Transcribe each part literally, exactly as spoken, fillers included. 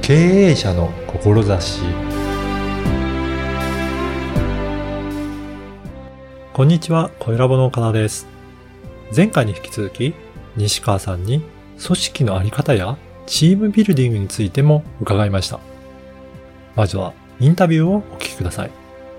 経営者の志。こんにちは、小ラボの岡田です。前回に引き続き、西川さんに組織のあり方やチームビルディングについても伺いました。まずはインタビューをお聞きください。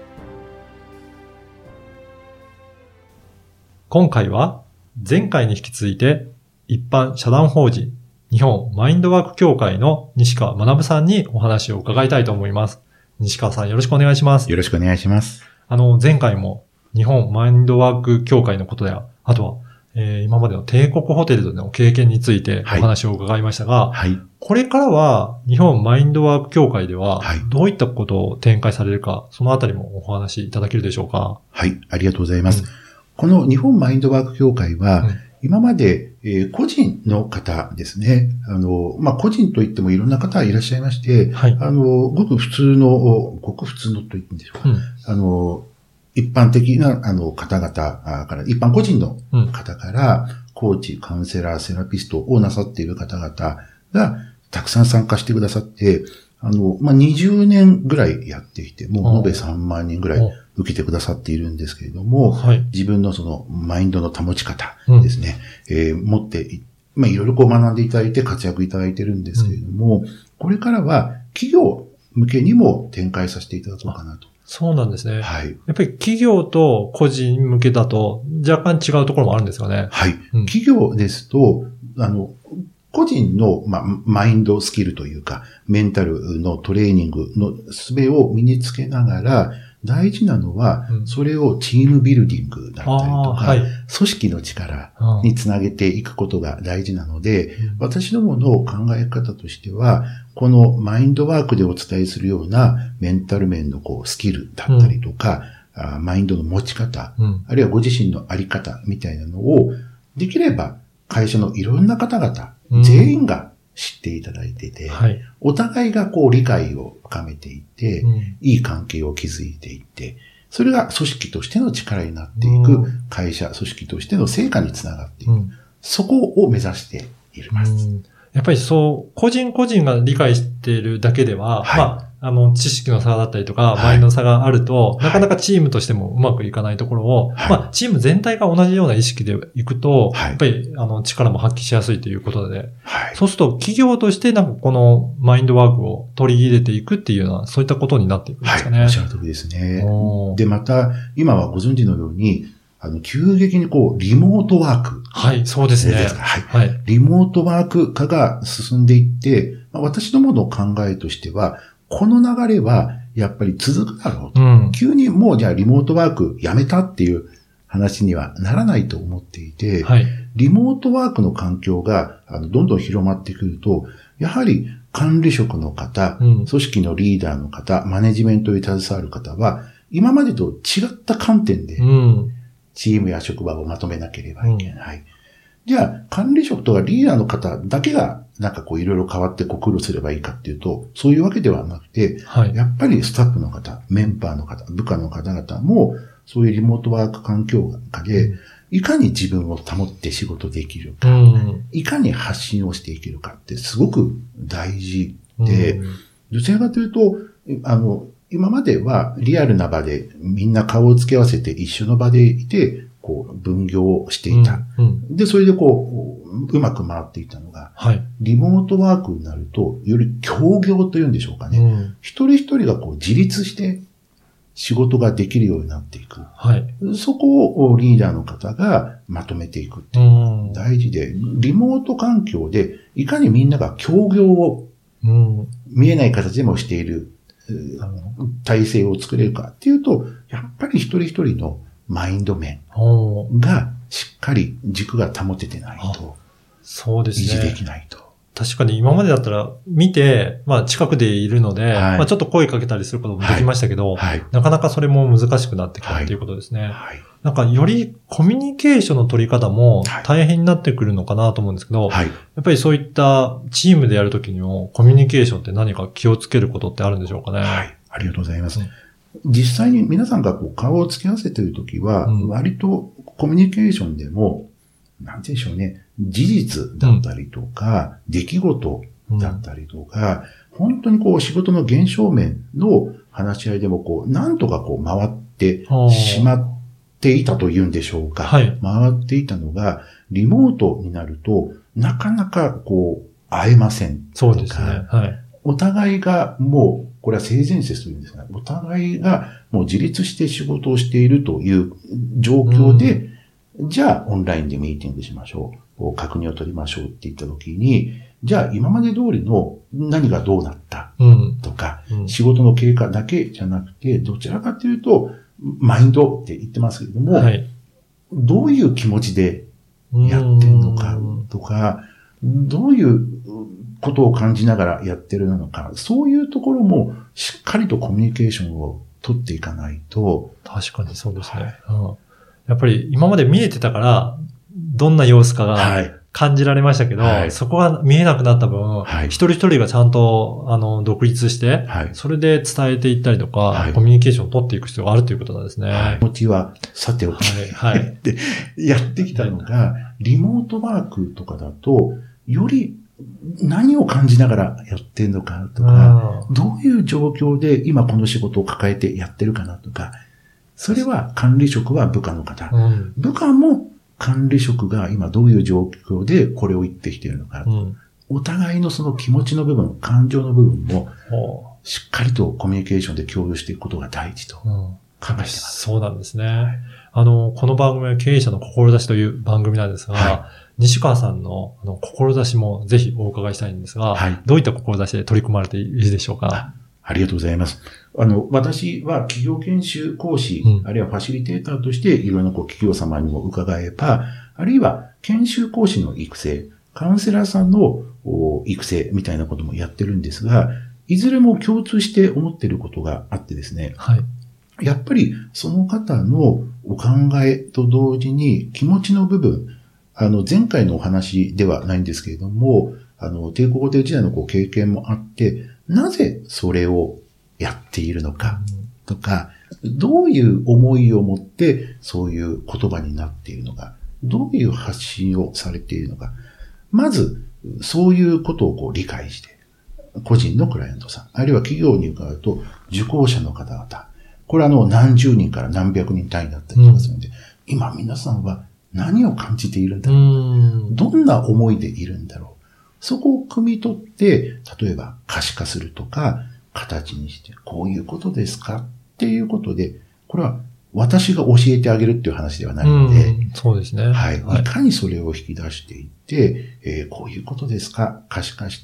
今回は前回に引き続いて一般社団法人日本マインドワーク協会の西川学さんにお話を伺いたいと思います。西川さんよろしくお願いします。 よろしくお願いします。 あの前回も日本マインドワーク協会のことや、あとは、えー、今までの帝国ホテルでの経験についてお話を伺いましたが、 はいはい、 これからは日本マインドワーク協会ではどういったことを展開されるか、そのあたりもお話しいただけるでしょうか。 はい、ありがとうございます。うん、この日本マインドワーク協会は、うん今まで、えー、個人の方ですね。あの、まあ、個人といってもいろんな方いらっしゃいまして、はい、あの、ごく普通の、ごく普通のと言っていいんでしょうか。うん、あの、一般的な、あの、方々から、一般個人の方から、うん、コーチ、カウンセラー、セラピストをなさっている方々が、たくさん参加してくださって、あの、まあ、にじゅうねんぐらいやっていて、もう延べさんまんにんぐらい受けてくださっているんですけれども、はい、自分のそのマインドの保ち方ですね、うん、えー、持って、まあ、いろいろこう学んでいただいて活躍いただいているんですけれども、うん、これからは企業向けにも展開させていただこうかなと。 そうなんですね。 はい。 やっぱり企業と個人向けだと若干違うところもあるんですかね。 はい。うん、企業ですと、あの、個人の、まあ、マインドスキルというか、メンタルのトレーニングの術を身につけながら、大事なのは、それをチームビルディングだったりとか、はい、組織の力につなげていくことが大事なので、うん、私どもの考え方としては、このマインドワークでお伝えするようなメンタル面のこうスキルだったりとか、うん、マインドの持ち方、うん、あるいはご自身のあり方みたいなのを、できれば会社のいろんな方々、全員が知っていただいていて、うんはい、お互いがこう理解を深めていって、うん、いい関係を築いていって、それが組織としての力になっていく、会社、組織としての成果につながっていく。うん、そこを目指しています、 うん。やっぱりそう、個人個人が理解しているだけでは、はい、まあ、あの、知識の差だったりとか、マインドの差があると、はい、なかなかチームとしてもうまくいかないところを、はい、まあ、チーム全体が同じような意識でいくと、はい、やっぱり、あの、力も発揮しやすいということで、はい、そうすると企業としてなんかこのマインドワークを取り入れていくっていうような、そういったことになっていくんですかね。 はい、おっしゃる通りですね。で、また、今はご存知のように、あの、急激にこう、リモートワーク。 はい、そうですね。 はい。はい。リモートワーク化が進んでいって、まあ、私どもの考えとしては、この流れはやっぱり続くだろうと。うん、急にもうじゃあリモートワークやめたっていう話にはならないと思っていて、はい、リモートワークの環境があのどんどん広まってくると、やはり管理職の方、うん、組織のリーダーの方、マネジメントに携わる方は、今までと違った観点で、チームや職場をまとめなければいけない。うん、じゃあ、管理職とかリーダーの方だけが、なんかこういろいろ変わってこう苦労すればいいかっていうと、そういうわけではなくて、はい、やっぱりスタッフの方、メンバーの方、部下の方々も、そういうリモートワーク環境下で、いかに自分を保って仕事できるか、うん、いかに発信をしていけるかってすごく大事で、うん、どちらかというと、あの、今まではリアルな場でみんな顔を付け合わせて一緒の場でいて、こう分業をしていた。うんうん、で、それでこう、うまく回っていたのが、はい、リモートワークになると、より協業というんでしょうかね。うん、一人一人がこう自立して仕事ができるようになっていく。はい、そこをリーダーの方がまとめていくっていうのが大事で、リモート環境でいかにみんなが協業を見えない形でもしている体制を作れるかっていうと、やっぱり一人一人のマインド面がしっかり軸が保ててないと、 そうですね。 維持できないと。 確かに今までだったら見て、まあ近くでいるので、はい、まあちょっと声かけたりすることもできましたけど、はいはい、なかなかそれも難しくなってきたということですね。はいはい、なんかよりコミュニケーションの取り方も大変になってくるのかなと思うんですけど、はい、やっぱりそういったチームでやるときにもコミュニケーションって何か気をつけることってあるんでしょうかね。 はい。ありがとうございます。うん実際に皆さんがこう顔を付け合わせているときは、割とコミュニケーションでも、なんて言うんでしょうね、事実だったりとか、出来事だったりとか、うん、本当にこう仕事の現象面の話し合いでもこう、なんとかこう回ってしまっていたというんでしょうか。はい、回っていたのが、リモートになると、なかなかこう、会えませんとか。そうですね。はい。お互いがもう、これは性善説というんですが、お互いがもう自立して仕事をしているという状況で、うん、じゃあオンラインでミーティングしましょう。確認を取りましょうって言ったときに、じゃあ今まで通りの何がどうなったとか、うんうん、仕事の経過だけじゃなくて、どちらかというと、マインドって言ってますけれども、はい、どういう気持ちでやってるのかとか、どういうことを感じながらやってるのか、そういうところもしっかりとコミュニケーションを取っていかないと。 確かにそうですね。はい、うん、やっぱり今まで見えてたから、どんな様子かが感じられましたけど、はい、そこが見えなくなった分、はい、一人一人がちゃんとあの独立して、はい、それで伝えていったりとか、はい、コミュニケーションを取っていく必要があるということなんですね。はい、 気持ちはさておき、はいはい、でやってきたのが、リモートワークとかだと、より何を感じながらやってるのかとか、どういう状況で今この仕事を抱えてやってるかなとか、それは管理職は部下の方、うん、部下も管理職が今どういう状況でこれを言ってきているのか、うん、お互いのその気持ちの部分、感情の部分もしっかりとコミュニケーションで共有していくことが大事と考えています。 うん、そうなんですね。あの、この番組は経営者の志という番組なんですが、はい、西川さんのあの志もぜひお伺いしたいんですが、はい、どういった志で取り組まれているでしょうか。 あ、ありがとうございます。あの、私は企業研修講師、うん、あるいはファシリテーターとしていろんなこう企業様にも伺えば、あるいは研修講師の育成、カウンセラーさんの育成みたいなこともやってるんですが、いずれも共通して思っていることがあってですね、はい、やっぱりその方のお考えと同時に気持ちの部分、あの前回のお話ではないんですけれども、あの帝国ホテル時代のこう経験もあって、なぜそれをやっているのかとか、どういう思いを持ってそういう言葉になっているのか、どういう発信をされているのか、まずそういうことをこう理解して、個人のクライアントさん、あるいは企業に伺うと受講者の方々、これはあの何十人から何百人単位だったりとかするので、うん、今皆さんは何を感じているんだろう、うん、どんな思いでいるんだろう、そこを汲み取って、例えば可視化するとか、形にして、こういうことですかっていうことで、これは私が教えてあげるっていう話ではないので、うん、 そうですね。 はい。いかにそれを引き出していって、えー、こういうことですか、可視化して、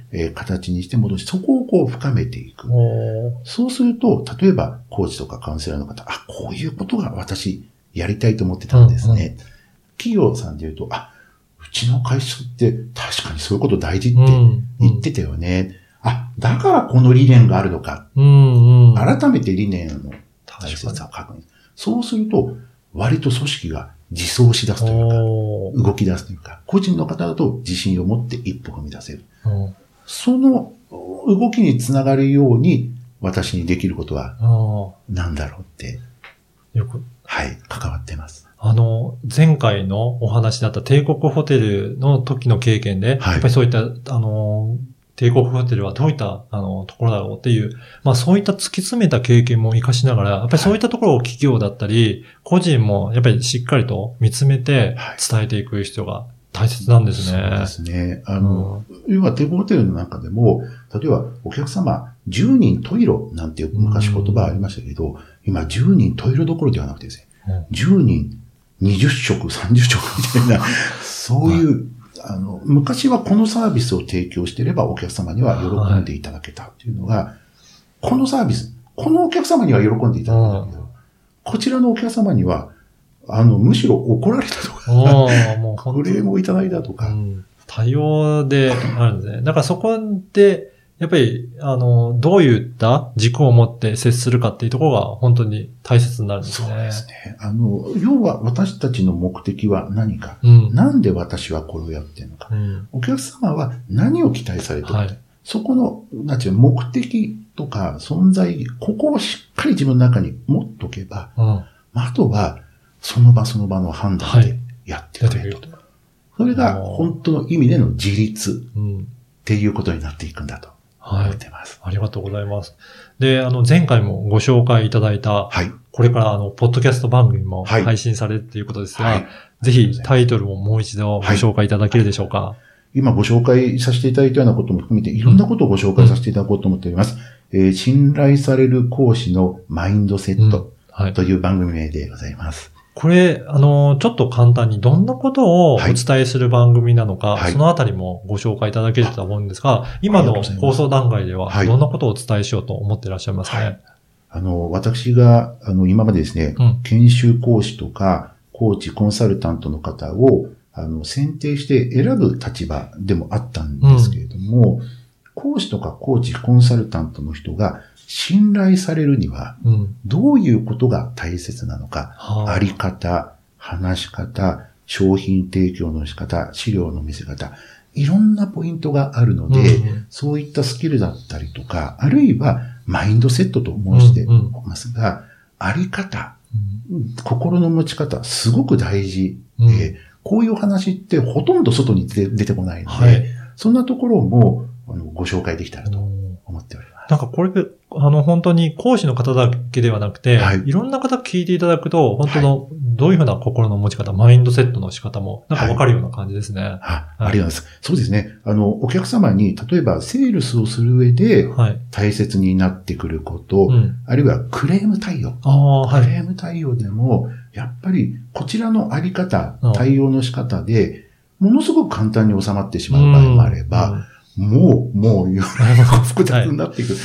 えー、形にして戻し、そこをこう深めていく。そうすると、例えば、コーチとかカウンセラーの方、あ、こういうことが私やりたいと思ってたんですね。うんうん、企業さんで言うと、あ、うちの会社って確かにそういうこと大事って言ってたよね。うんうん、あ、だからこの理念があるのか。うんうん、改めて理念の大切さを確認。そうすると、割と組織が自走し出すというか、動き出すというか、個人の方だと自信を持って一歩踏み出せる。その動きにつながるように、私にできることは何だろうって、よく、はい、関わっています。 あの、前回のお話だった帝国ホテルの時の経験で、はい、やっぱりそういった、あの、帝国ホテルはどういった、あの、ところだろうっていう、まあそういった突き詰めた経験も活かしながら、やっぱりそういったところを企業だったり、個人もやっぱりしっかりと見つめて伝えていく必要が大切なんですね。 そうですね。あの、うん、要は帝国ホテルの中でも、例えばお客様じゅうにん十色なんていう昔言葉ありましたけど、うん、今じゅうにん十色どころではなくてですね、うん、じゅうにんにじゅっしょく、さんじゅっしょくみたいな、そういう、あの、昔はこのサービスを提供していればお客様には喜んでいただけたっていうのが、はい、このサービス、このお客様には喜んでいただけたけど、こちらのお客様には、あの、むしろ怒られたとか、もうクレームをいただいたとか、うん。 多様であるんですね。だからそこで、やっぱり、あの、どういった軸を持って接するかっていうところが本当に大切になるんですね。 そうですね。あの、要は私たちの目的は何か、うん、なんで私はこれをやってるのか、うん、お客様は何を期待されてるのか、はい、そこの、なんていう目的とか存在意義、ここをしっかり自分の中に持っとけば、うん、あとはその場その場の判断でやってくれると。はい、それが本当の意味での自立。うんっていうことになっていくんだと思っています。 はい。ありがとうございます。で、あの、前回もご紹介いただいた、はい。これからあの、ポッドキャスト番組も配信されるっていうことですが、はい、ぜひタイトルももう一度ご紹介いただけるでしょうか。はい、 今ご紹介させていただいたようなことも含めて、いろんなことをご紹介させていただこうと思っております。うん、えー、信頼される講師のマインドセットという番組名でございます。うん、はい、 これ、あの、ちょっと簡単にどんなことをお伝えする番組なのか、はい、そのあたりもご紹介いただけると思うんですが、今の放送段階ではどんなことをお伝えしようと思っていらっしゃいますかね。はい、 あの、私が、あの、今までですね、うん、研修講師とか、コーチ、コンサルタントの方を、あの、選定して選ぶ立場でもあったんですけれども、うん、講師とかコーチ、コンサルタントの人が信頼されるには、どういうことが大切なのか、うん、あり方、話し方、商品提供の仕方、資料の見せ方、いろんなポイントがあるので、うん、そういったスキルだったりとか、あるいはマインドセットと申していますが、うんうん、あり方、うん、心の持ち方、すごく大事で、うん、こういう話ってほとんど外に出てこないので、はい、そんなところもあのご紹介できたらと思っております。 なんかこれ、あの本当に講師の方だけではなくて、はい、いろんな方聞いていただくと、本当のどういうふうな心の持ち方、マインドセットの仕方もなんかわかるような感じですね。はい。 あ、ありがとうございます。そうですね。あの、お客様に、例えばセールスをする上で、大切になってくること、はい、うん、あるいはクレーム対応。あ、クレーム対応でも、やっぱりこちらのあり方、対応の仕方で、ものすごく簡単に収まってしまう場合もあれば、うんうん、もう、もう、複雑になっていく。はい、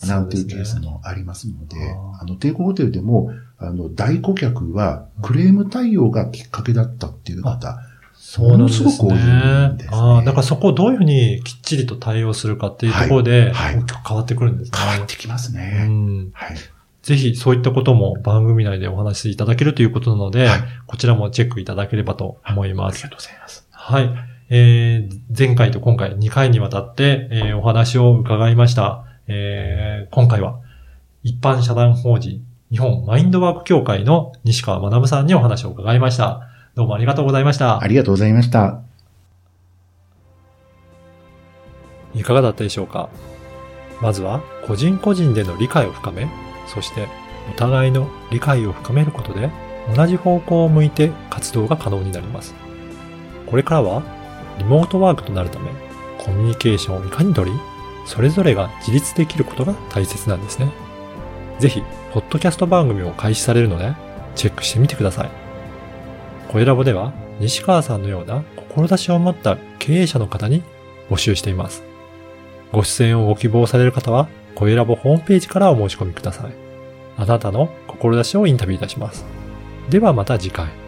なんていうケースもありますので、あの、帝国ホテルでも、あの、大顧客はクレーム対応がきっかけだったっていう方、ものすごく多いんですね。 ああ、だからそこをどういうふうにきっちりと対応するかっていうところで、大きく変わってくるんですね。 変わってきますね。うん、 はい。ぜひそういったことも番組内でお話しいただけるということなので、はい、こちらもチェックいただければと思います。 ありがとうございます。 はい。えー、前回と今回にかいにわたって、えー、お話を伺いました。えー、今回は一般社団法人日本マインドワーク協会の西川学さんにお話を伺いました。どうもありがとうございました。 ありがとうございました。 いかがだったでしょうか。まずは個人個人での理解を深め、そしてお互いの理解を深めることで同じ方向を向いて活動が可能になります。これからはリモートワークとなるため、コミュニケーションをいかに取り、それぞれが自立できることが大切なんですね。ぜひ、ポッドキャスト番組を開始されるので、チェックしてみてください。声ラボでは、西川さんのような志を持った経営者の方に募集しています。ご出演をご希望される方は、声ラボホームページからお申し込みください。あなたの志をインタビューいたします。ではまた次回。